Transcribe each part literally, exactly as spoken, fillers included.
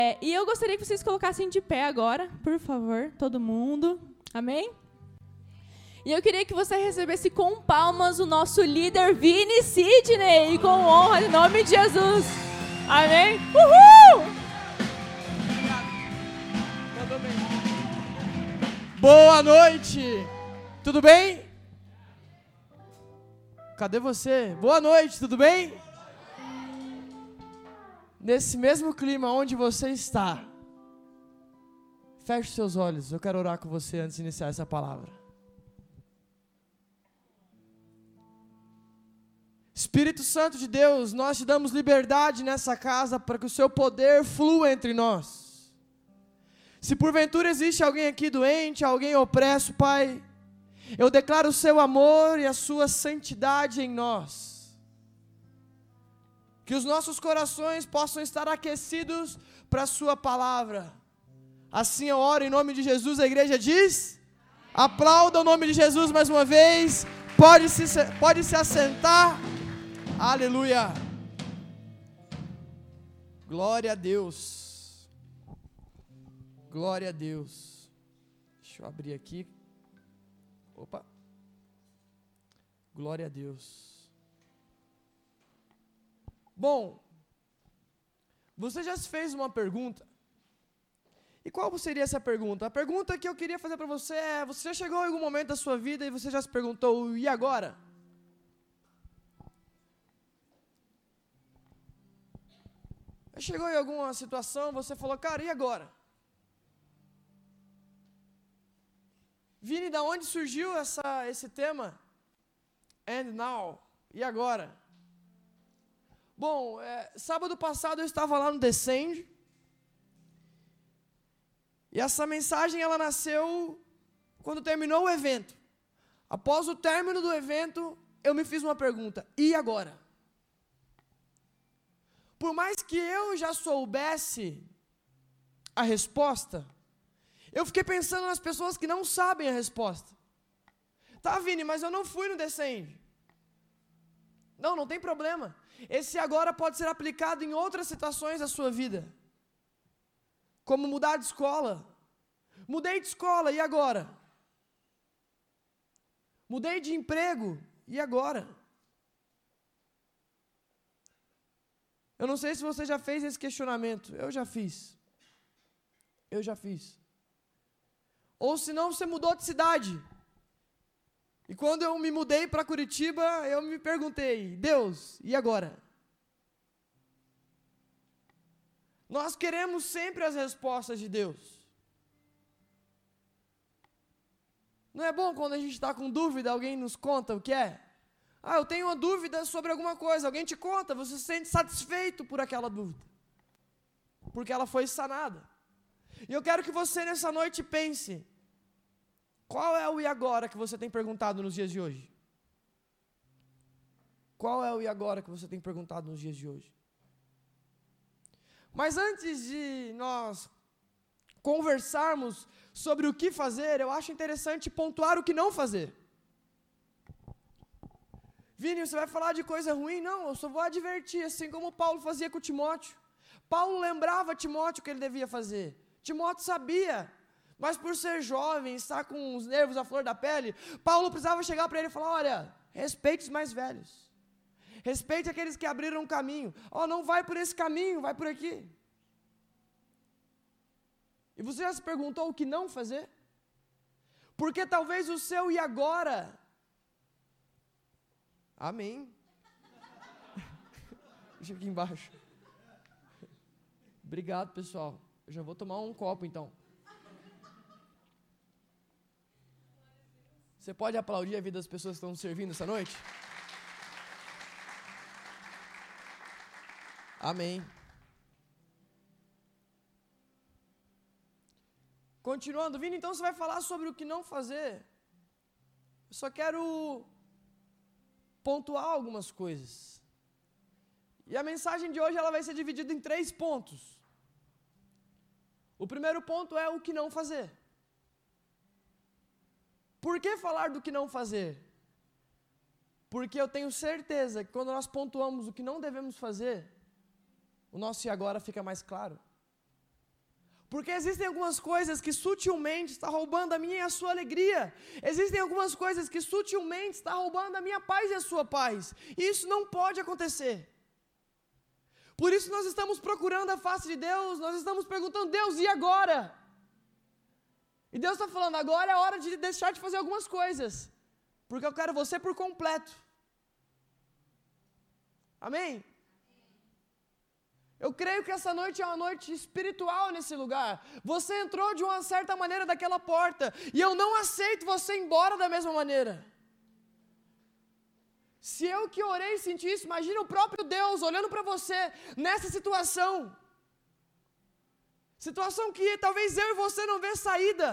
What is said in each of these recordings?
É, e eu gostaria que vocês colocassem de pé agora, por favor, todo mundo. Amém? E eu queria que você recebesse com palmas o nosso líder Vini Sidney, e com honra, em nome de Jesus. Amém? Uhul! Boa noite! Tudo bem? Cadê você? Boa noite, tudo bem? Nesse mesmo clima onde você está, feche os seus olhos, eu quero orar com você antes de iniciar essa palavra. Espírito Santo de Deus, nós te damos liberdade nessa casa para que o seu poder flua entre nós. Se porventura existe alguém aqui doente, alguém opresso, Pai, eu declaro o seu amor e a sua santidade em nós. Que os nossos corações possam estar aquecidos para a sua palavra. Assim eu oro em nome de Jesus, a igreja diz, aplauda o nome de Jesus mais uma vez, pode se, pode se assentar, aleluia, glória a Deus, glória a Deus, deixa eu abrir aqui, opa, glória a Deus. Bom, você já se fez uma pergunta? E qual seria essa pergunta? A pergunta que eu queria fazer para você é, você já chegou em algum momento da sua vida e você já se perguntou, e agora? Já chegou em alguma situação, você falou, cara, e agora? Vini, da onde surgiu essa, esse tema? And now, e agora? Bom, é, sábado passado eu estava lá no Descende, e essa mensagem ela nasceu quando terminou o evento. Após o término do evento, eu me fiz uma pergunta, e agora? Por mais que eu já soubesse a resposta, eu fiquei pensando nas pessoas que não sabem a resposta. Tá, Vini, mas eu não fui no Descende. Não, não tem problema. Esse agora pode ser aplicado em outras situações da sua vida. Como mudar de escola. Mudei de escola, e agora? Mudei de emprego, e agora? Eu não sei se você já fez esse questionamento. Eu já fiz. Eu já fiz. Ou se não, você mudou de cidade. E quando eu me mudei para Curitiba, eu me perguntei, Deus, e agora? Nós queremos sempre as respostas de Deus. Não é bom quando a gente está com dúvida, alguém nos conta o que é? Ah, eu tenho uma dúvida sobre alguma coisa, alguém te conta, você se sente satisfeito por aquela dúvida. Porque ela foi sanada. E eu quero que você nessa noite pense, qual é o e agora que você tem perguntado nos dias de hoje? Qual é o e agora que você tem perguntado nos dias de hoje? Mas antes de nós conversarmos sobre o que fazer, eu acho interessante pontuar o que não fazer. Vini, você vai falar de coisa ruim? Não, eu só vou advertir, assim como Paulo fazia com Timóteo. Paulo lembrava Timóteo o que ele devia fazer. Timóteo sabia. Mas por ser jovem, estar com os nervos à flor da pele, Paulo precisava chegar para ele e falar, olha, respeite os mais velhos. Respeite aqueles que abriram um caminho. Oh, não vai por esse caminho, vai por aqui. E você já se perguntou o que não fazer? Porque talvez o seu e agora... Amém. Deixa aqui embaixo. Obrigado, pessoal. Eu já vou tomar um copo, então. Você pode aplaudir a vida das pessoas que estão servindo essa noite? Amém. Continuando, Vini, então você vai falar sobre o que não fazer. Eu só quero pontuar algumas coisas. E a mensagem de hoje ela vai ser dividida em três pontos. O primeiro ponto é o que não fazer. Por que falar do que não fazer? Porque eu tenho certeza que quando nós pontuamos o que não devemos fazer, o nosso e agora fica mais claro. Porque existem algumas coisas que sutilmente estão roubando a minha e a sua alegria. Existem algumas coisas que sutilmente estão roubando a minha paz e a sua paz. E isso não pode acontecer. Por isso nós estamos procurando a face de Deus, nós estamos perguntando, Deus, e agora? E Deus está falando, agora é hora de deixar de fazer algumas coisas, porque eu quero você por completo. Amém? Eu creio que essa noite é uma noite espiritual nesse lugar. Você entrou de uma certa maneira daquela porta, e eu não aceito você ir embora da mesma maneira. Se eu que orei senti isso, imagina o próprio Deus olhando para você nessa situação. Situação que talvez eu e você não vê saída.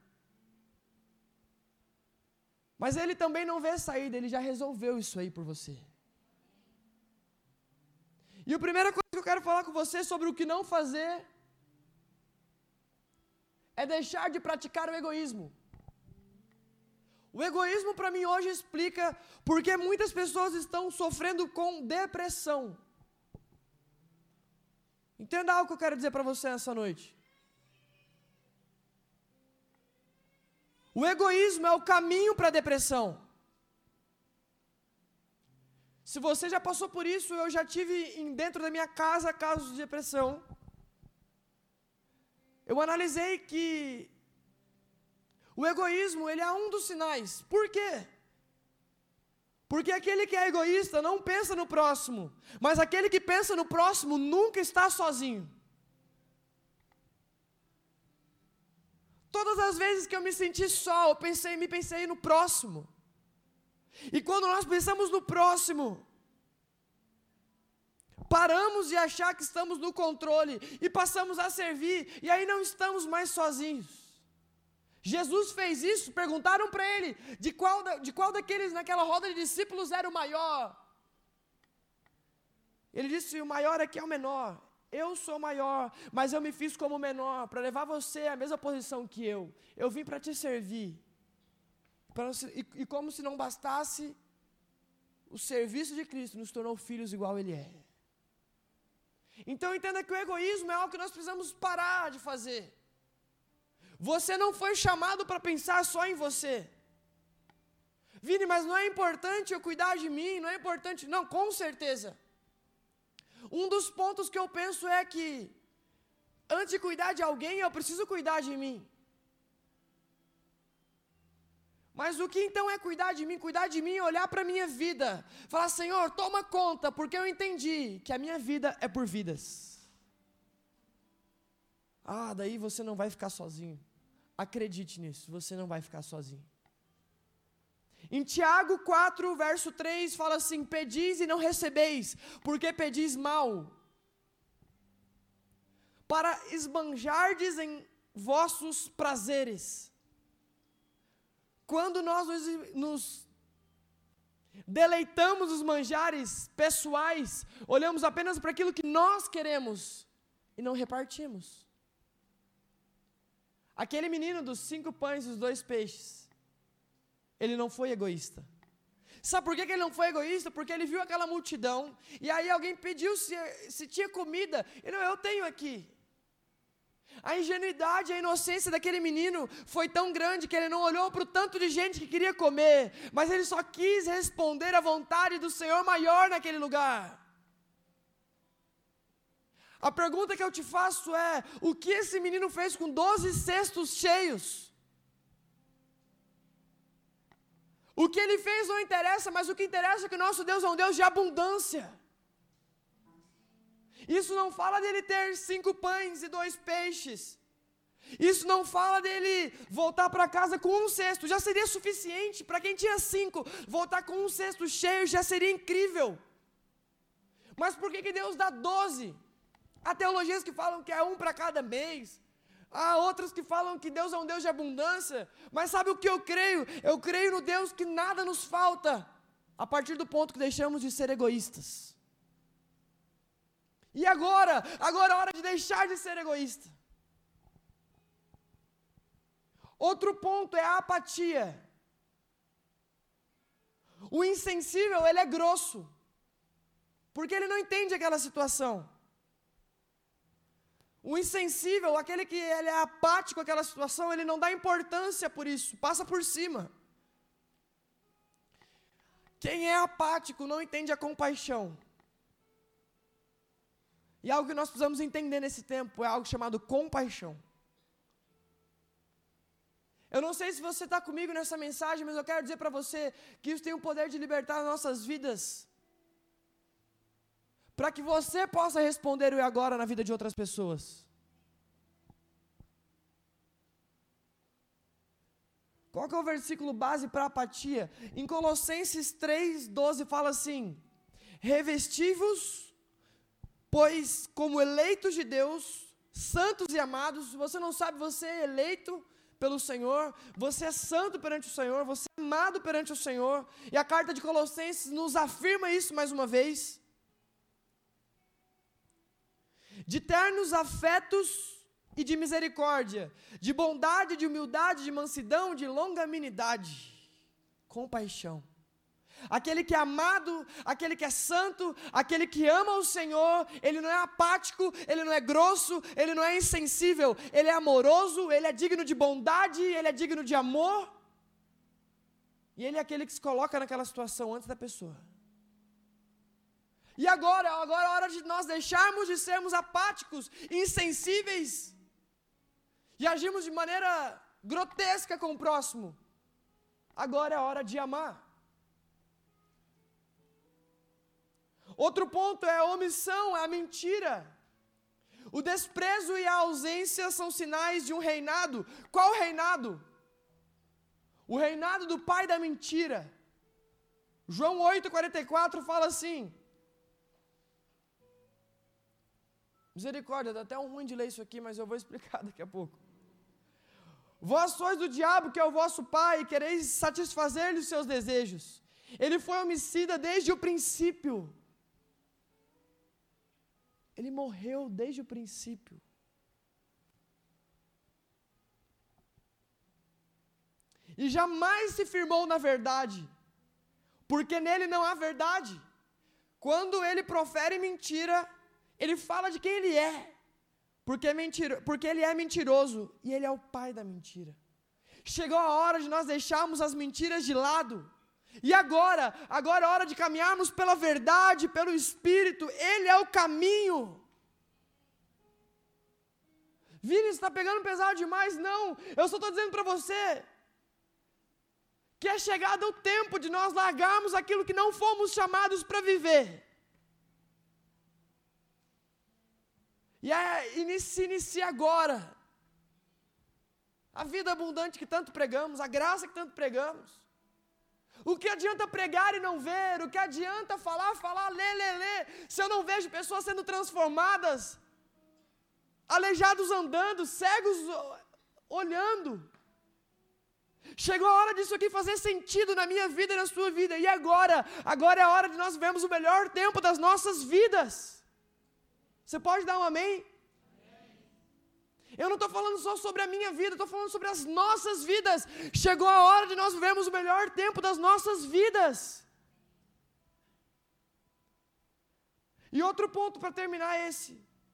Mas Ele também não vê saída, Ele já resolveu isso aí por você. E a primeira coisa que eu quero falar com você sobre o que não fazer é deixar de praticar o egoísmo. O egoísmo para mim hoje explica porque muitas pessoas estão sofrendo com depressão. Entenda algo que eu quero dizer para você essa noite. O egoísmo é o caminho para a depressão. Se você já passou por isso, eu já tive dentro da minha casa casos de depressão. Eu analisei que o egoísmo, ele é um dos sinais. Por quê? Porque aquele que é egoísta não pensa no próximo, mas aquele que pensa no próximo nunca está sozinho. Todas as vezes que eu me senti só, eu pensei, me pensei no próximo. E quando nós pensamos no próximo, paramos de achar que estamos no controle e passamos a servir, e aí não estamos mais sozinhos. Jesus fez isso, perguntaram para ele, de qual, de qual daqueles naquela roda de discípulos era o maior? Ele disse, o maior aqui é o menor. Eu sou maior, mas eu me fiz como menor, para levar você à mesma posição que eu. Eu vim para te servir. Pra, e, e como se não bastasse, o serviço de Cristo nos tornou filhos igual Ele é. Então entenda que o egoísmo é algo que nós precisamos parar de fazer. Você não foi chamado para pensar só em você. Vini, mas não é importante eu cuidar de mim, não é importante. Não, com certeza. Um dos pontos que eu penso é que, antes de cuidar de alguém, eu preciso cuidar de mim. Mas o que então é cuidar de mim? Cuidar de mim é olhar para a minha vida. Falar, Senhor, toma conta, porque eu entendi que a minha vida é por vidas. Ah, daí você não vai ficar sozinho. Acredite nisso, você não vai ficar sozinho. Em Tiago quatro, verso três, fala assim, pedis e não recebeis, porque pedis mal, para esbanjardes em vossos prazeres. Quando nós nos, nos deleitamos os manjares pessoais, olhamos apenas para aquilo que nós queremos e não repartimos. Aquele menino dos cinco pães e os dois peixes, ele não foi egoísta. Sabe por que ele não foi egoísta? Porque ele viu aquela multidão, e aí alguém pediu se, se tinha comida, e não, eu tenho aqui. A ingenuidade, a inocência daquele menino foi tão grande que ele não olhou para o tanto de gente que queria comer, mas ele só quis responder à vontade do Senhor maior naquele lugar. A pergunta que eu te faço é, o que esse menino fez com doze cestos cheios? O que ele fez não interessa, mas o que interessa é que o nosso Deus é um Deus de abundância. Isso não fala dele ter cinco pães e dois peixes. Isso não fala dele voltar para casa com um cesto. Já seria suficiente. Para quem tinha cinco, voltar com um cesto cheio já seria incrível. Mas por que, que Deus dá doze? Há teologias que falam que é um para cada mês. Há outras que falam que Deus é um Deus de abundância. Mas sabe o que eu creio? Eu creio no Deus que nada nos falta, a partir do ponto que deixamos de ser egoístas. E agora? Agora é hora de deixar de ser egoísta. Outro ponto é a apatia. O insensível, ele é grosso, porque ele não entende aquela situação. O insensível, aquele que ele é apático àquela situação, ele não dá importância por isso, passa por cima. Quem é apático não entende a compaixão. E algo que nós precisamos entender nesse tempo é algo chamado compaixão. Eu não sei se você está comigo nessa mensagem, mas eu quero dizer para você que isso tem o poder de libertar as nossas vidas, para que você possa responder o e agora na vida de outras pessoas. Qual que é o versículo base para apatia? Em Colossenses três, doze fala assim: revesti-vos, pois como eleitos de Deus, santos e amados. Se você não sabe, você é eleito pelo Senhor, você é santo perante o Senhor, você é amado perante o Senhor, e a carta de Colossenses nos afirma isso mais uma vez. De ternos afetos e de misericórdia, de bondade, de humildade, de mansidão, de longanimidade, compaixão. Aquele que é amado, aquele que é santo, aquele que ama o Senhor, ele não é apático, ele não é grosso, ele não é insensível, ele é amoroso, ele é digno de bondade, ele é digno de amor. E ele é aquele que se coloca naquela situação antes da pessoa. E agora, agora é a hora de nós deixarmos de sermos apáticos, insensíveis, e agirmos de maneira grotesca com o próximo. Agora é a hora de amar. Outro ponto é a omissão, é a mentira. O desprezo e a ausência são sinais de um reinado. Qual reinado? O reinado do pai da mentira. João oito, quarenta e quatro fala assim. Misericórdia, dá até um ruim de ler isso aqui, mas eu vou explicar daqui a pouco. Vós sois do diabo, que é o vosso pai, e quereis satisfazer-lhe os seus desejos. Ele foi homicida desde o princípio. Ele morreu desde o princípio. E jamais se firmou na verdade, porque nele não há verdade. Quando ele profere mentira, ele fala de quem ele é, porque, é mentira, porque ele é mentiroso, e ele é o pai da mentira. Chegou a hora de nós deixarmos as mentiras de lado, e agora, agora é hora de caminharmos pela verdade, pelo Espírito. Ele é o caminho. Vini, você está pegando pesado demais? Não, eu só estou dizendo para você que é chegado o tempo de nós largarmos aquilo que não fomos chamados para viver. E é, se inicia agora a vida abundante que tanto pregamos, a graça que tanto pregamos. O que adianta pregar e não ver? O que adianta falar, falar, ler, ler, ler, se eu não vejo pessoas sendo transformadas, aleijados andando, cegos olhando? Chegou a hora disso aqui fazer sentido na minha vida e na sua vida. E agora? Agora é a hora de nós vermos o melhor tempo das nossas vidas. Você pode dar um amém? Eu não estou falando só sobre a minha vida, estou falando sobre as nossas vidas. Chegou a hora de nós vivermos o melhor tempo das nossas vidas. E outro ponto para terminar é esse.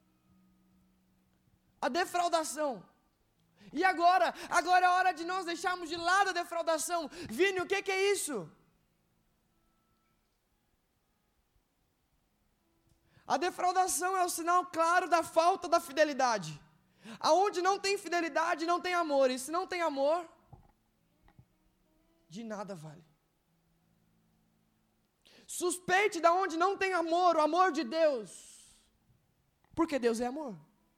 A defraudação. E agora? Agora é a hora de nós deixarmos de lado a defraudação. Vini, o que, que é isso? A defraudação é o sinal claro da falta da fidelidade. Aonde não tem fidelidade, não tem amor. E se não tem amor, de nada vale. Suspeite de onde não tem amor, o amor de Deus. Porque Deus é amor.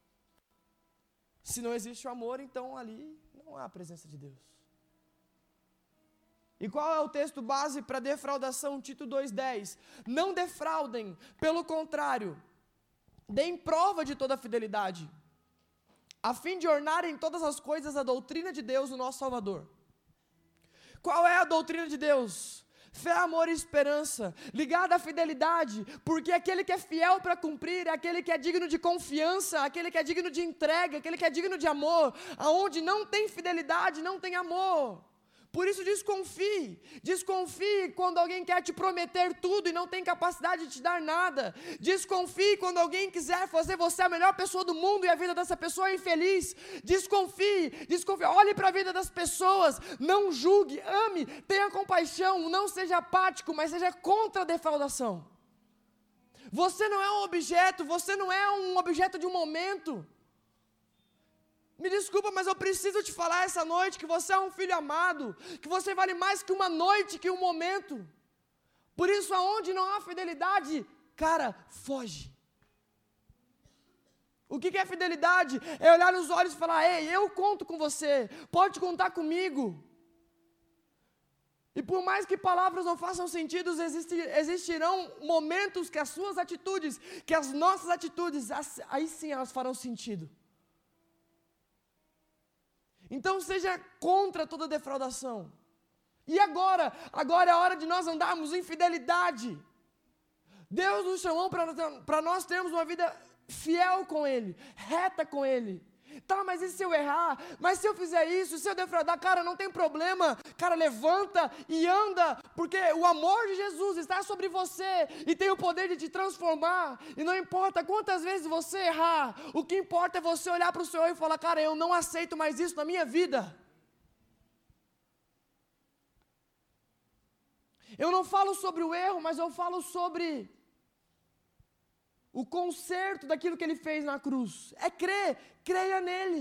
Se não existe o amor, então ali não há a presença de Deus. E qual é o texto base para defraudação? Tito dois, dez. Não defraudem, pelo contrário, deem prova de toda a fidelidade, a fim de ornarem em todas as coisas a doutrina de Deus, o nosso Salvador. Qual é a doutrina de Deus? Fé, amor e esperança, ligada à fidelidade, porque aquele que é fiel para cumprir, é aquele que é digno de confiança, aquele que é digno de entrega, aquele que é digno de amor. Aonde não tem fidelidade, não tem amor. Por isso desconfie. Desconfie quando alguém quer te prometer tudo e não tem capacidade de te dar nada. Desconfie quando alguém quiser fazer você a melhor pessoa do mundo e a vida dessa pessoa é infeliz. Desconfie, desconfie. Olhe para a vida das pessoas, não julgue, ame, tenha compaixão, não seja apático, mas seja contra a defraudação. Você não é um objeto, você não é um objeto de um momento. Me desculpa, mas eu preciso te falar essa noite que você é um filho amado, que você vale mais que uma noite, que um momento. Por isso, aonde não há fidelidade, cara, foge. O que é fidelidade? É olhar nos olhos e falar, ei, eu conto com você, pode contar comigo. E por mais que palavras não façam sentido, existirão momentos que as suas atitudes, que as nossas atitudes, aí sim elas farão sentido. Então seja contra toda defraudação. E agora? Agora é a hora de nós andarmos em fidelidade. Deus nos chamou para nós termos uma vida fiel com Ele, reta com Ele. Tá, mas e se eu errar? Mas se eu fizer isso, se eu defraudar? Cara, não tem problema. Cara, levanta e anda, porque o amor de Jesus está sobre você e tem o poder de te transformar. E não importa quantas vezes você errar, o que importa é você olhar para o Senhor e falar, cara, eu não aceito mais isso na minha vida. Eu não falo sobre o erro, mas eu falo sobre o conserto daquilo que Ele fez na cruz. É crer, creia nele.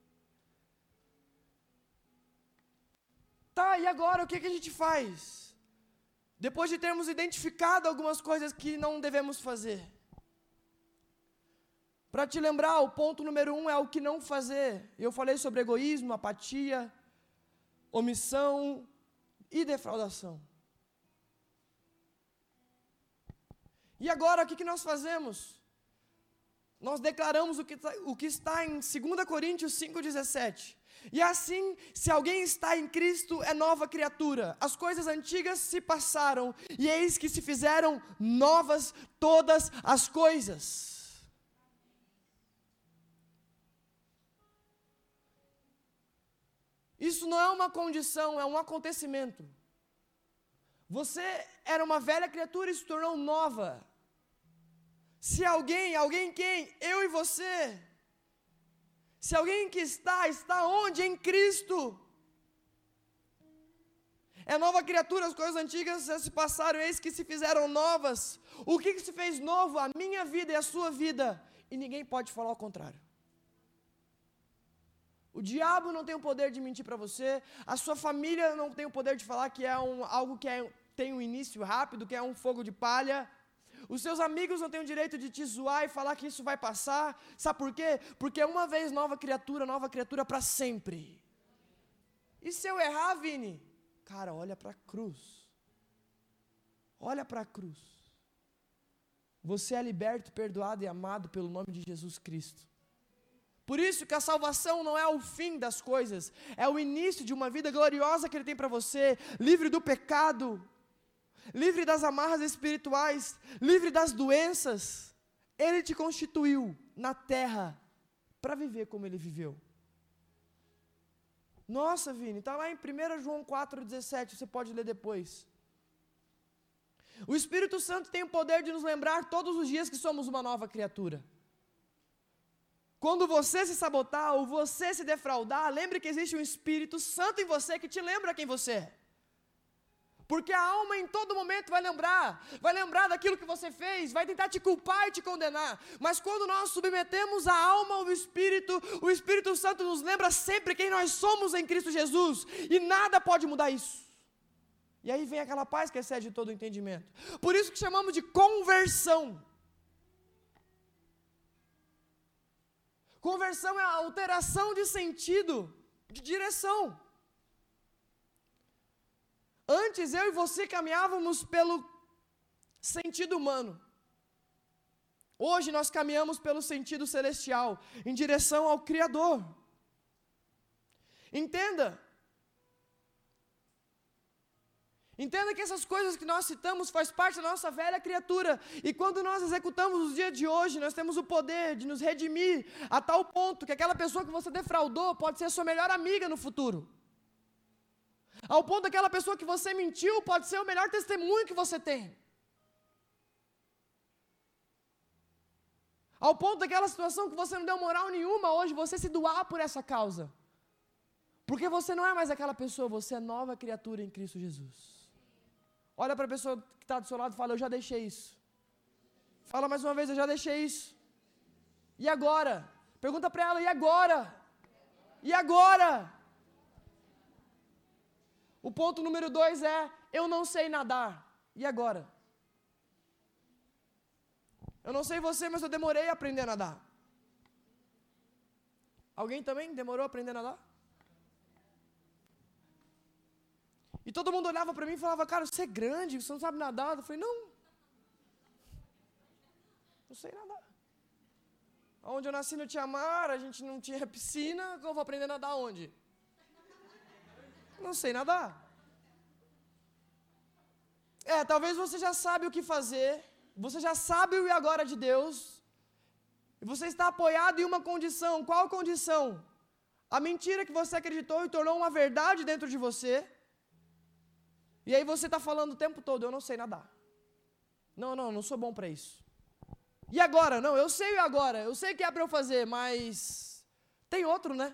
Tá, e agora o que, que a gente faz? Depois de termos identificado algumas coisas que não devemos fazer. Para te lembrar, o ponto número um é o que não fazer. Eu falei sobre egoísmo, apatia, omissão e defraudação. E agora, o que, que nós fazemos? Nós declaramos o que, o que está em dois Coríntios cinco, dezessete. E assim, se alguém está em Cristo, é nova criatura. As coisas antigas se passaram, e eis que se fizeram novas todas as coisas. Isso não é uma condição, é um acontecimento. Você era uma velha criatura e se tornou nova. Se alguém, alguém quem? Eu e você. Se alguém que está, está onde? Em Cristo. É nova criatura, as coisas antigas já se passaram, eis que se fizeram novas. O que, que se fez novo? A minha vida e a sua vida. E ninguém pode falar o contrário. O diabo não tem o poder de mentir para você, a sua família não tem o poder de falar que é um, algo que é, tem um início rápido, que é um fogo de palha. Os seus amigos não têm o direito de te zoar e falar que isso vai passar. Sabe por quê? Porque uma vez nova criatura, nova criatura para sempre. E se eu errar, Vini? Cara, olha para a cruz. Olha para a cruz. Você é liberto, perdoado e amado pelo nome de Jesus Cristo. Por isso que a salvação não é o fim das coisas, é o início de uma vida gloriosa que Ele tem para você, livre do pecado, livre das amarras espirituais, livre das doenças. Ele te constituiu na terra para viver como Ele viveu. Nossa, Vini, está lá em primeiro João quatro, dezessete, você pode ler depois. O Espírito Santo tem o poder de nos lembrar todos os dias que somos uma nova criatura. Quando você se sabotar ou você se defraudar, lembre que existe um Espírito Santo em você que te lembra quem você é. Porque a alma em todo momento vai lembrar, vai lembrar daquilo que você fez, vai tentar te culpar e te condenar. Mas quando nós submetemos a alma ao Espírito, o Espírito Santo nos lembra sempre quem nós somos em Cristo Jesus. E nada pode mudar isso. E aí vem aquela paz que excede todo o entendimento. Por isso que chamamos de conversão. Conversão é a alteração de sentido, de direção. Antes eu e você caminhávamos pelo sentido humano. Hoje nós caminhamos pelo sentido celestial, em direção ao Criador. Entenda. Entenda que essas coisas que nós citamos faz parte da nossa velha criatura. E quando nós executamos os dias de hoje, nós temos o poder de nos redimir a tal ponto que aquela pessoa que você defraudou pode ser a sua melhor amiga no futuro. Ao ponto daquela pessoa que você mentiu pode ser o melhor testemunho que você tem. Ao ponto daquela situação que você não deu moral nenhuma hoje, você se doar por essa causa. Porque você não é mais aquela pessoa, você é nova criatura em Cristo Jesus. Olha para a pessoa que está do seu lado e fala, eu já deixei isso. Fala mais uma vez, eu já deixei isso. E agora? Pergunta para ela, e agora? E agora? O ponto número dois é, eu não sei nadar. E agora? Eu não sei você, mas eu demorei a aprender a nadar. Alguém também demorou a aprender a nadar? E todo mundo olhava para mim e falava, cara, você é grande, você não sabe nadar. Eu falei, não. Não sei nadar. Onde eu nasci não tinha mar, a gente não tinha piscina, eu vou aprender a nadar onde? Não sei nadar. É, talvez você já sabe o que fazer, você já sabe o e agora de Deus, e você está apoiado em uma condição. Qual condição? A mentira que você acreditou e tornou uma verdade dentro de você, e aí você está falando o tempo todo, eu não sei nadar. Não, não, não sou bom para isso. E agora? Não, eu sei o agora, eu sei o que é para eu fazer, mas tem outro, né?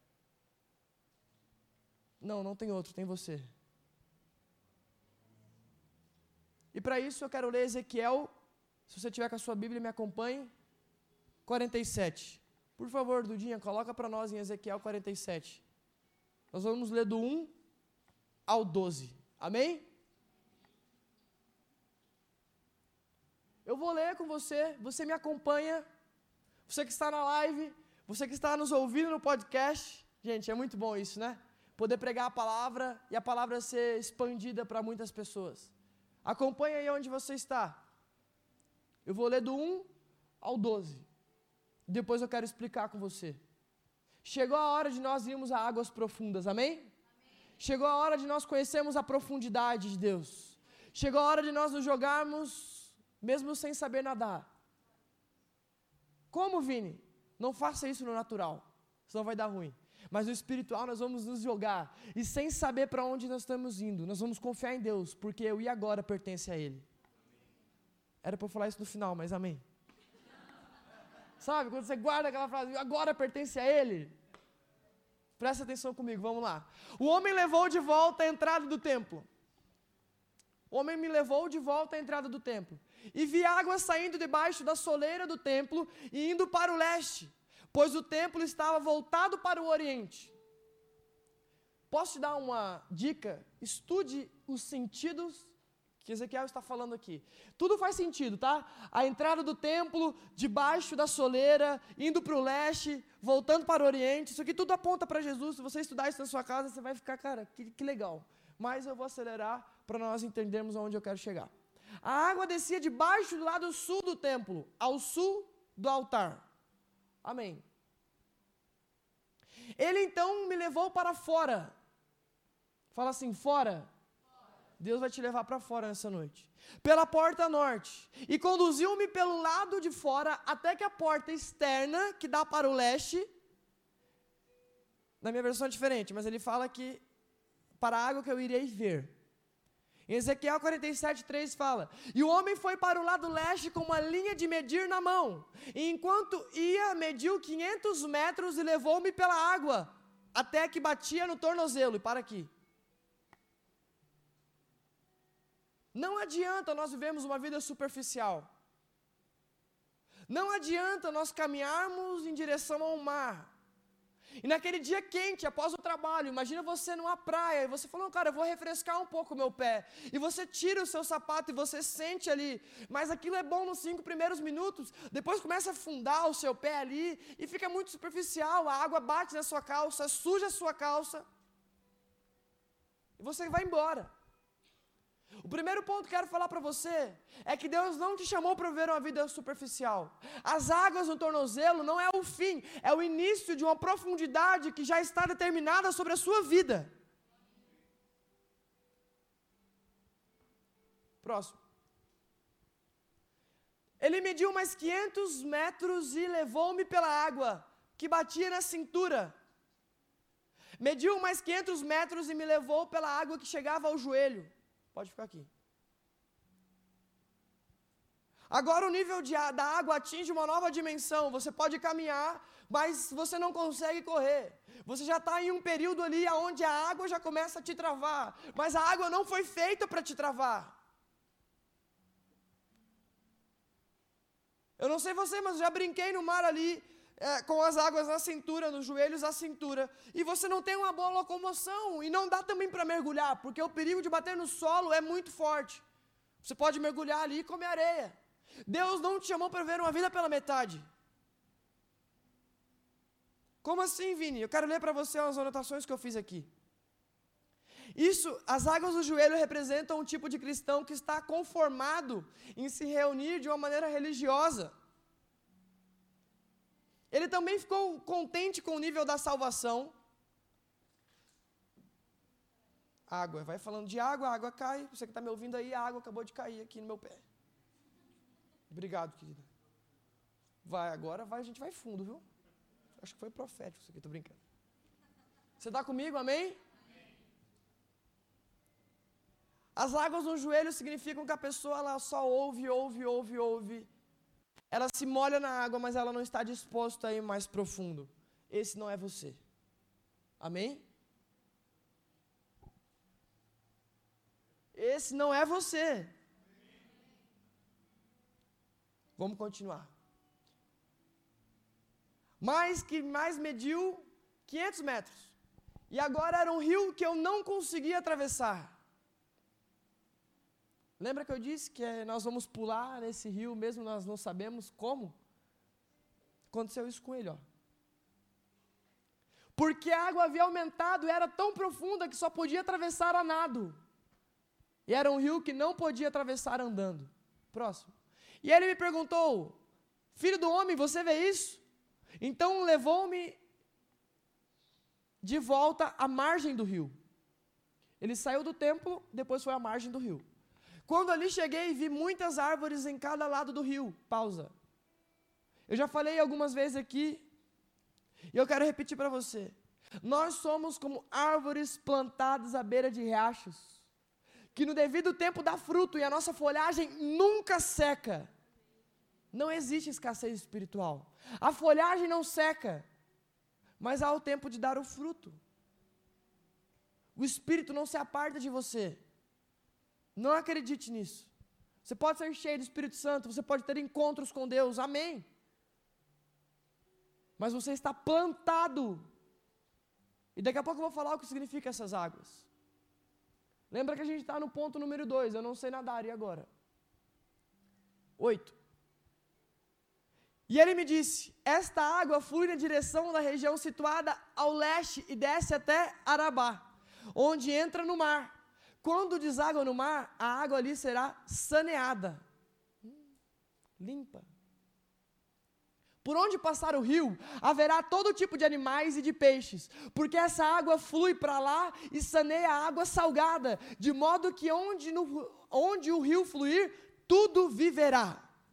Não, não tem outro, tem você. E para isso eu quero ler Ezequiel, se você tiver com a sua Bíblia, me acompanhe, quarenta e sete. Por favor, Dudinha, coloca para nós em Ezequiel quarenta e sete. Nós vamos ler do um ao doze. Amém? Eu vou ler com você, você me acompanha, você que está na live, você que está nos ouvindo no podcast. Gente, é muito bom isso, né? Poder pregar a palavra e a palavra ser expandida para muitas pessoas. Acompanhe aí onde você está. Eu vou ler do um ao doze. Depois eu quero explicar com você. Chegou a hora de nós irmos a águas profundas, amém? Amém? Chegou a hora de nós conhecermos a profundidade de Deus. Chegou a hora de nós nos jogarmos, mesmo sem saber nadar. Como, Vini? Não faça isso no natural, senão vai dar ruim. Mas no espiritual nós vamos nos jogar. E sem saber para onde nós estamos indo, nós vamos confiar em Deus, porque o e agora pertence a Ele. Era para eu falar isso no final, mas amém. Sabe, quando você guarda aquela frase, agora pertence a Ele. Presta atenção comigo, vamos lá. O homem levou de volta a entrada do templo. O homem me levou de volta à entrada do templo. E vi água saindo debaixo da soleira do templo e indo para o leste, pois o templo estava voltado para o oriente. Posso te dar uma dica? Estude os sentidos que Ezequiel está falando aqui. Tudo faz sentido, tá? A entrada do templo, debaixo da soleira, indo para o leste, voltando para o oriente. Isso aqui tudo aponta para Jesus. Se você estudar isso na sua casa, você vai ficar, cara, que, que legal. Mas eu vou acelerar para nós entendermos aonde eu quero chegar. A água descia debaixo do lado sul do templo, ao sul do altar. Amém. Ele então me levou para fora. Fala assim, fora. Deus vai te levar para fora nessa noite. Pela porta norte. E conduziu-me pelo lado de fora até que a porta externa, que dá para o leste, na minha versão é diferente, mas ele fala que para a água que eu irei ver. Em Ezequiel quarenta e sete, três fala, e o homem foi para o lado leste com uma linha de medir na mão, e enquanto ia, mediu quinhentos metros e levou-me pela água, até que batia no tornozelo. E para aqui. Não adianta nós vivemos uma vida superficial. Não adianta nós caminharmos em direção ao mar. E naquele dia quente, após o trabalho, imagina você numa praia, e você falou, cara, eu vou refrescar um pouco o meu pé. E você tira o seu sapato e você sente ali, mas aquilo é bom nos cinco primeiros minutos, depois começa a afundar o seu pé ali, e fica muito superficial, a água bate na sua calça, suja a sua calça, e você vai embora. O primeiro ponto que quero falar para você é que Deus não te chamou para viver uma vida superficial. As águas no tornozelo não é o fim, é o início de uma profundidade que já está determinada sobre a sua vida. Próximo. Ele mediu mais quinhentos metros e levou-me pela água, que batia na cintura. Mediu mais quinhentos metros e me levou pela água que chegava ao joelho. Pode ficar aqui. Agora o nível de, da água atinge uma nova dimensão. Você pode caminhar, mas você não consegue correr. Você já está em um período ali onde a água já começa a te travar. Mas a água não foi feita para te travar. Eu não sei você, mas eu já brinquei no mar ali, é, com as águas na cintura, nos joelhos à cintura. E você não tem uma boa locomoção. E não dá também para mergulhar, porque o perigo de bater no solo é muito forte. Você pode mergulhar ali e comer areia. Deus não te chamou para viver uma vida pela metade. Como assim, Vini? Eu quero ler para você as anotações que eu fiz aqui. Isso, as águas do joelho representam um tipo de cristão que está conformado em se reunir de uma maneira religiosa. Ele também ficou contente com o nível da salvação. Água, vai falando de água, a água cai. Você que está me ouvindo aí, a água acabou de cair aqui no meu pé. Obrigado, querida. Vai, agora vai, a gente vai fundo, viu? Acho que foi profético isso aqui, estou brincando. Você está comigo, amém? Amém? As águas no joelho significam que a pessoa ela só ouve, ouve, ouve, ouve. Ela se molha na água, mas ela não está disposta a ir mais profundo. Esse não é você. Amém? Esse não é você. Vamos continuar. Mas que mais mediu quinhentos metros. E agora era um rio que eu não conseguia atravessar. Lembra que eu disse que nós vamos pular nesse rio, mesmo nós não sabemos como? Aconteceu isso com ele, ó. Porque a água havia aumentado e era tão profunda que só podia atravessar a nado. E era um rio que não podia atravessar andando. Próximo. E ele me perguntou, filho do homem, você vê isso? Então levou-me de volta à margem do rio. Ele saiu do templo, depois foi à margem do rio. Quando ali cheguei, vi muitas árvores em cada lado do rio. Pausa. Eu já falei algumas vezes aqui, e eu quero repetir para você. Nós somos como árvores plantadas à beira de riachos, que no devido tempo dá fruto e a nossa folhagem nunca seca. Não existe escassez espiritual. A folhagem não seca, mas há o tempo de dar o fruto. O Espírito não se aparta de você. Não acredite nisso. Você pode ser cheio do Espírito Santo, você pode ter encontros com Deus, amém. Mas você está plantado. E daqui a pouco eu vou falar o que significa essas águas. Lembra que a gente está no ponto número dois, eu não sei nadar, e agora? Oito. E ele me disse, esta água flui na direção da região situada ao leste e desce até Arabá, onde entra no mar. Quando deságua no mar, a água ali será saneada, hum, limpa. Por onde passar o rio, haverá todo tipo de animais e de peixes, porque essa água flui para lá e saneia a água salgada, de modo que onde, no, onde o rio fluir, tudo viverá.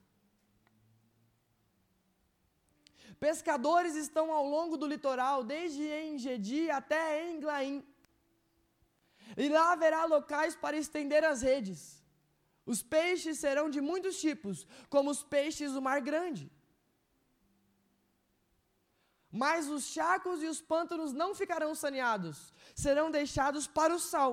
Pescadores estão ao longo do litoral, desde Engedi até Englaim. E lá haverá locais para estender as redes. Os peixes serão de muitos tipos, como os peixes do mar grande. Mas os charcos e os pântanos não ficarão saneados, serão deixados para o sal.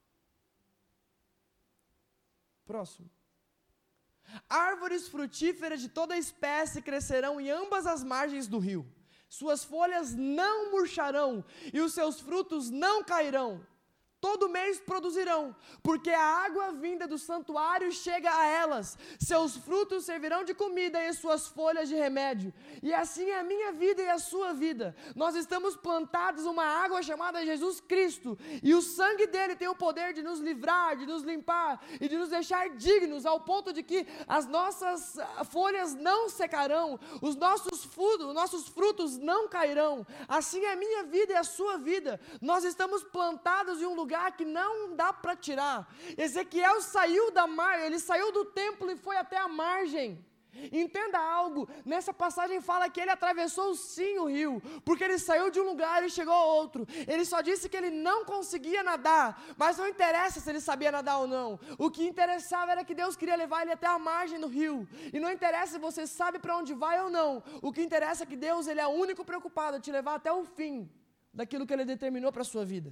Próximo. Árvores frutíferas de toda espécie crescerão em ambas as margens do rio. Suas folhas não murcharão e os seus frutos não cairão. Todo mês produzirão, porque a água vinda do santuário chega a elas. Seus frutos servirão de comida e suas folhas de remédio. E assim é a minha vida e a sua vida. Nós estamos plantados numa água chamada Jesus Cristo. E o sangue dele tem o poder de nos livrar, de nos limpar e de nos deixar dignos, ao ponto de que as nossas folhas não secarão, os nossos frutos, os nossos frutos não cairão. Assim é a minha vida e a sua vida. Nós estamos plantados em um lugar lugar que não dá para tirar. Ezequiel saiu da mar, ele saiu do templo e foi até a margem. Entenda algo, nessa passagem fala que ele atravessou sim o rio, porque ele saiu de um lugar e chegou a outro. Ele só disse que ele não conseguia nadar, mas não interessa se ele sabia nadar ou não. O que interessava era que Deus queria levar ele até a margem do rio. E não interessa se você sabe para onde vai ou não. O que interessa é que Deus, ele é o único preocupado em te levar até o fim daquilo que ele determinou para a sua vida.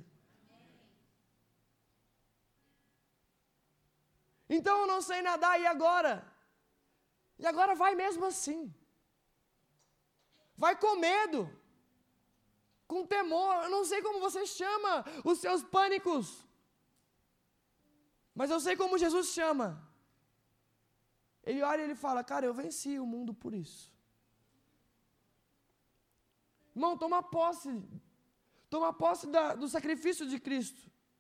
Então eu não sei nadar, e agora? E agora vai mesmo assim. Vai com medo, com temor. Eu não sei como você chama os seus pânicos, mas eu sei como Jesus chama. Ele olha e ele fala: cara, eu venci o mundo por isso. Irmão, toma posse, toma posse da, do sacrifício de Cristo.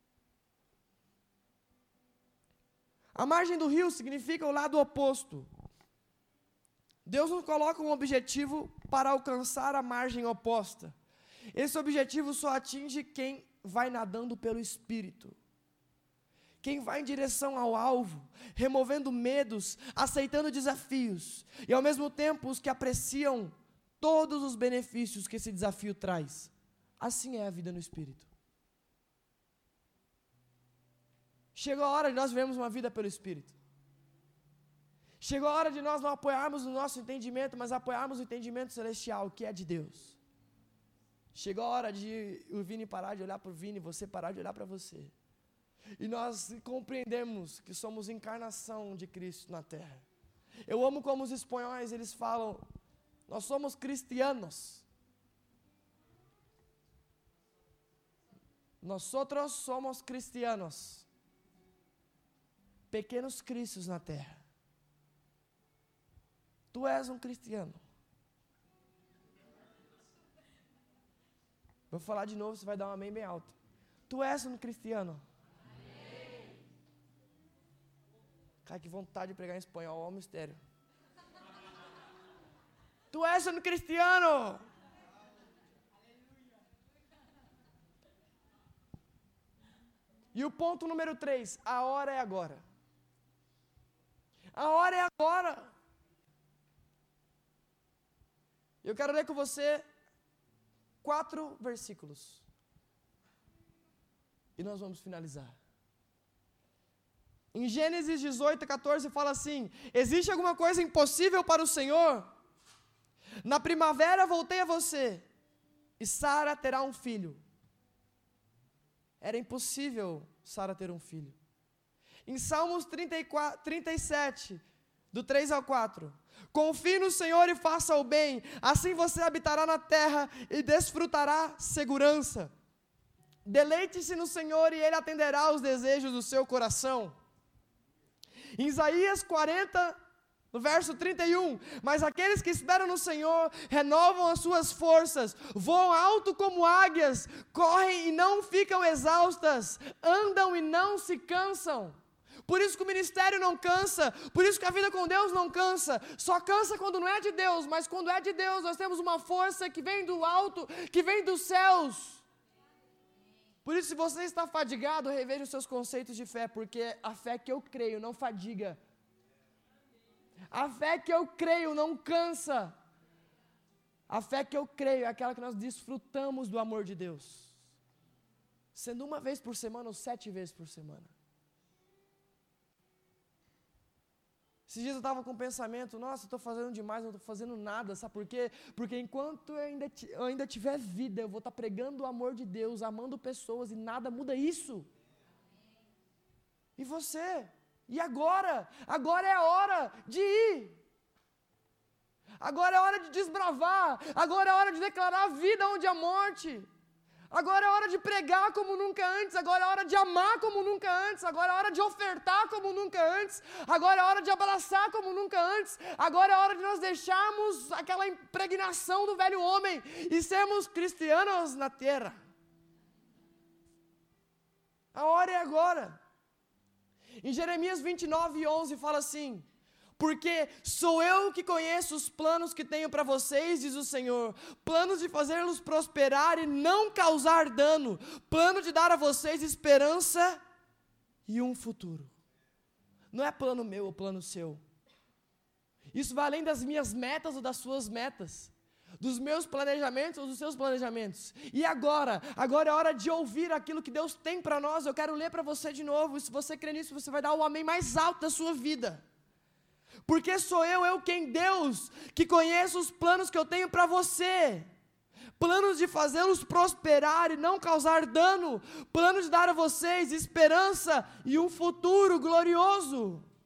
A margem do rio significa o lado oposto. Deus nos coloca um objetivo para alcançar a margem oposta. Esse objetivo só atinge quem vai nadando pelo Espírito. Quem vai em direção ao alvo, removendo medos, aceitando desafios. E ao mesmo tempo os que apreciam todos os benefícios que esse desafio traz. Assim é a vida no Espírito. Chegou a hora de nós vivermos uma vida pelo Espírito. Chegou a hora de nós não apoiarmos o nosso entendimento, mas apoiarmos o entendimento celestial, que é de Deus. Chegou a hora de o Vini parar de olhar para o Vini, você parar de olhar para você. E nós compreendermos que somos encarnação de Cristo na terra. Eu amo como os espanhóis, eles falam, nós somos cristianos. Nós outros somos cristianos. Pequenos cristos na terra. Tu és um cristiano. Vou falar de novo, você vai dar um amém bem alto. Tu és um cristiano. Amém. Cara, que vontade de pregar em espanhol, ó, mistério. Tu és um cristiano. E o ponto número três, a hora é agora. A hora é agora. Eu quero ler com você quatro versículos. E nós vamos finalizar. Em Gênesis dezoito, quatorze fala assim: existe alguma coisa impossível para o Senhor? Na primavera voltei a você, e Sara terá um filho. Era impossível Sara ter um filho. Em Salmos trinta e quatro, trinta e sete, do três ao quatro. Confie no Senhor e faça o bem, assim você habitará na terra e desfrutará segurança. Deleite-se no Senhor e Ele atenderá aos desejos do seu coração. Em Isaías quarenta, no verso trinta e um, mas aqueles que esperam no Senhor renovam as suas forças, voam alto como águias, correm e não ficam exaustas, andam e não se cansam. Por isso que o ministério não cansa, por isso que a vida com Deus não cansa, só cansa quando não é de Deus, mas quando é de Deus nós temos uma força que vem do alto, que vem dos céus. Por isso, se você está fadigado, reveja os seus conceitos de fé, porque a fé que eu creio não fadiga. A fé que eu creio não cansa. A fé que eu creio é aquela que nós desfrutamos do amor de Deus. Sendo uma vez por semana ou sete vezes por semana. Esses dias eu estava com o pensamento, nossa, eu estou fazendo demais, não estou fazendo nada, sabe por quê? Porque enquanto eu ainda, eu ainda tiver vida, eu vou estar pregando o amor de Deus, amando pessoas e nada muda isso. E você? E agora? Agora é a hora de ir. Agora é a hora de desbravar. Agora é a hora de declarar a vida onde há morte. Agora é a hora de pregar como nunca antes. Agora é a hora de amar como nunca antes. Agora é a hora de ofertar como nunca antes. Agora é a hora de abraçar como nunca antes. Agora é a hora de nós deixarmos aquela impregnação do velho homem e sermos cristianos na terra. A hora é agora. Em Jeremias vinte e nove, onze fala assim: porque sou eu que conheço os planos que tenho para vocês, diz o Senhor, planos de fazê-los prosperar e não causar dano, plano de dar a vocês esperança e um futuro. Não é plano meu ou plano seu. Isso vai além das minhas metas ou das suas metas, dos meus planejamentos ou dos seus planejamentos. E agora, agora é hora de ouvir aquilo que Deus tem para nós. Eu quero ler para você de novo. E se você crê nisso, você vai dar o amém mais alto da sua vida. Porque sou eu, eu quem? Deus, que conheço os planos que eu tenho para você. Planos de fazê-los prosperar e não causar dano. Planos de dar a vocês esperança e um futuro glorioso.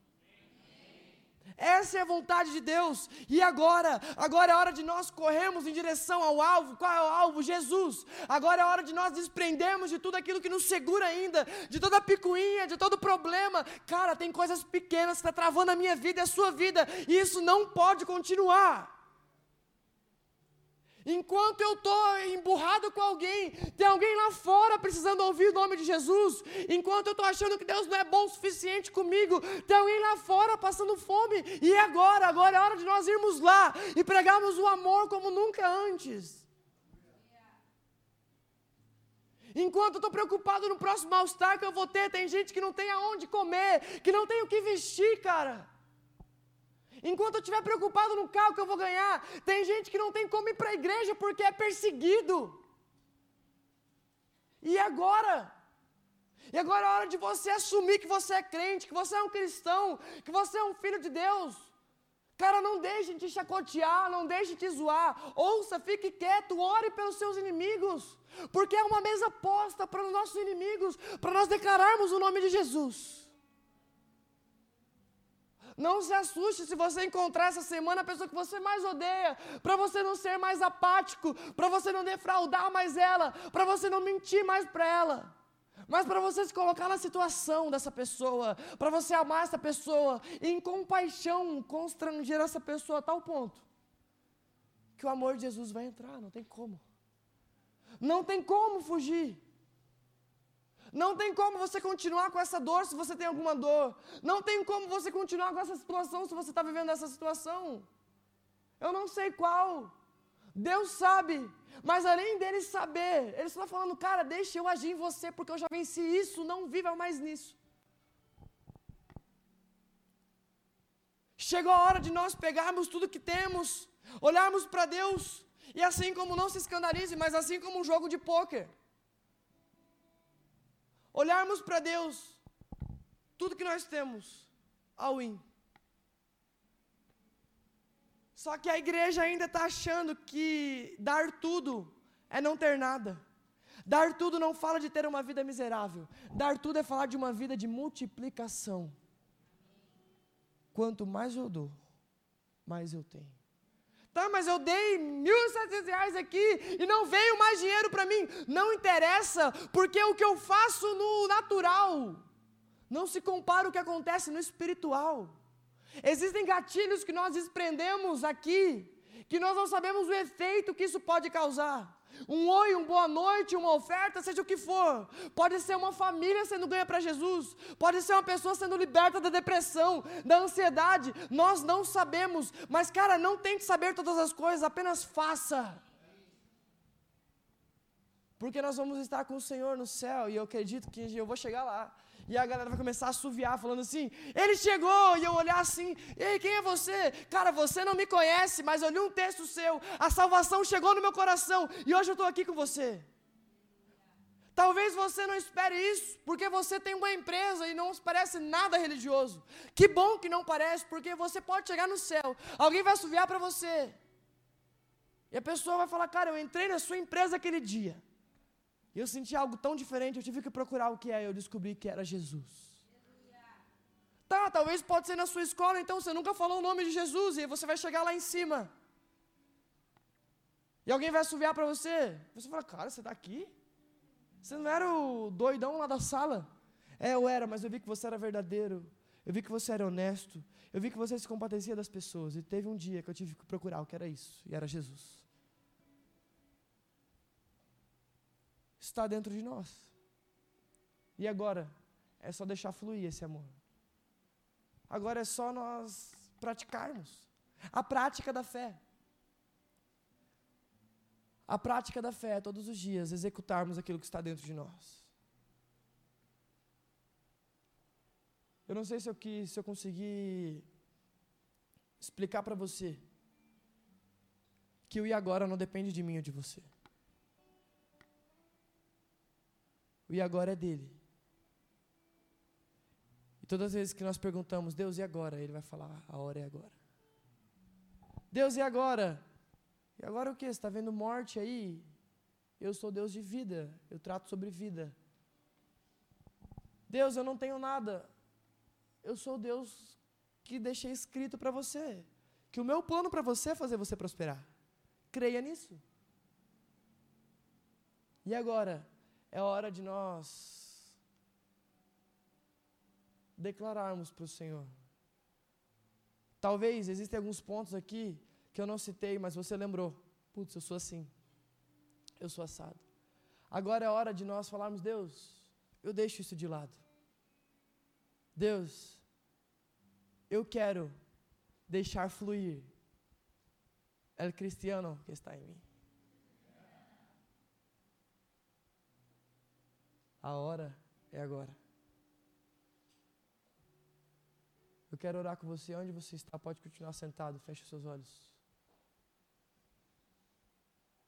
Essa é a vontade de Deus. E agora, agora é hora de nós corrermos em direção ao alvo. Qual é o alvo? Jesus. Agora é hora de nós desprendermos de tudo aquilo que nos segura ainda, de toda a picuinha, de todo problema. Cara, tem coisas pequenas que estão travando a minha vida e a sua vida, e isso não pode continuar. Enquanto eu estou emburrado com alguém, tem alguém lá fora precisando ouvir o nome de Jesus. Enquanto eu estou achando que Deus não é bom o suficiente comigo, tem alguém lá fora passando fome. E agora, agora é hora de nós irmos lá e pregarmos o amor como nunca antes. Enquanto eu estou preocupado no próximo mal-estar que eu vou ter, tem gente que não tem aonde comer, que não tem o que vestir, cara. Enquanto eu estiver preocupado no carro que eu vou ganhar, tem gente que não tem como ir para a igreja porque é perseguido. E agora? E agora é hora de você assumir que você é crente, que você é um cristão, que você é um filho de Deus. Cara, não deixe de te chacotear, não deixe de te zoar. Ouça, fique quieto, ore pelos seus inimigos. Porque é uma mesa posta para os nossos inimigos, para nós declararmos o nome de Jesus. Não se assuste se você encontrar essa semana a pessoa que você mais odeia, para você não ser mais apático, para você não defraudar mais ela, para você não mentir mais para ela, mas para você se colocar na situação dessa pessoa, para você amar essa pessoa, e em compaixão constranger essa pessoa a tal ponto, que o amor de Jesus vai entrar, não tem como. Não tem como fugir. Não tem como você continuar com essa dor se você tem alguma dor. Não tem como você continuar com essa situação se você está vivendo essa situação. Eu não sei qual. Deus sabe. Mas além dele saber, ele está falando, cara, deixa eu agir em você, porque eu já venci isso, não viva mais nisso. Chegou a hora de nós pegarmos tudo que temos, olharmos para Deus, e assim como não se escandalize, mas assim como um jogo de pôquer. Olharmos para Deus, tudo que nós temos, all in. Só que a igreja ainda está achando que dar tudo é não ter nada. Dar tudo não fala de ter uma vida miserável. Dar tudo é falar de uma vida de multiplicação. Quanto mais eu dou, mais eu tenho. Tá, mas eu dei mil e setecentos reais aqui e não veio mais dinheiro para mim. Não interessa, porque o que eu faço no natural não se compara ao que acontece no espiritual. Existem gatilhos que nós desprendemos aqui, que nós não sabemos o efeito que isso pode causar. Um oi, um boa noite, uma oferta, seja o que for. Pode ser uma família sendo ganha para Jesus. Pode ser uma pessoa sendo liberta da depressão, da ansiedade. Nós não sabemos. Mas, cara, não tente saber todas as coisas, apenas faça. Porque nós vamos estar com o Senhor no céu. E eu acredito que eu vou chegar lá. E a galera vai começar a assoviar, falando assim, ele chegou, e eu olhar assim, ei, quem é você? Cara, você não me conhece, mas eu li um texto seu, a salvação chegou no meu coração, e hoje eu estou aqui com você. Talvez você não espere isso, porque você tem uma empresa e não parece nada religioso. Que bom que não parece, porque você pode chegar no céu, alguém vai assoviar para você, e a pessoa vai falar, cara, eu entrei na sua empresa aquele dia, e eu senti algo tão diferente, eu tive que procurar o que é, eu descobri que era Jesus. Tá, talvez pode ser na sua escola, então você nunca falou o nome de Jesus, e você vai chegar lá em cima. E alguém vai assoviar para você. Você fala, cara, você está aqui? Você não era o doidão lá da sala? É, eu era, mas eu vi que você era verdadeiro. Eu vi que você era honesto. Eu vi que você se compadecia das pessoas. E teve um dia que eu tive que procurar o que era isso, e era Jesus. Está dentro de nós. E agora, é só deixar fluir esse amor. Agora é só nós praticarmos a prática da fé. A prática da fé é todos os dias executarmos aquilo que está dentro de nós. Eu não sei se eu, quis, se eu consegui explicar para você que o e agora não depende de mim ou de você. O e agora é dele. E todas as vezes que nós perguntamos, Deus, e agora? Ele vai falar, a hora é agora. Deus, e agora? E agora o quê? Você está vendo morte aí? Eu sou Deus de vida, eu trato sobre vida. Deus, eu não tenho nada. Eu sou Deus que deixei escrito para você, que o meu plano para você é fazer você prosperar. Creia nisso. E agora? É hora de nós declararmos para o Senhor. Talvez existem alguns pontos aqui que eu não citei, mas você lembrou. Putz, eu sou assim. Eu sou assado. Agora é hora de nós falarmos, Deus, eu deixo isso de lado. Deus, eu quero deixar fluir el cristiano que está em mim. A hora é agora. Eu quero orar com você, onde você está, pode continuar sentado, feche os seus olhos.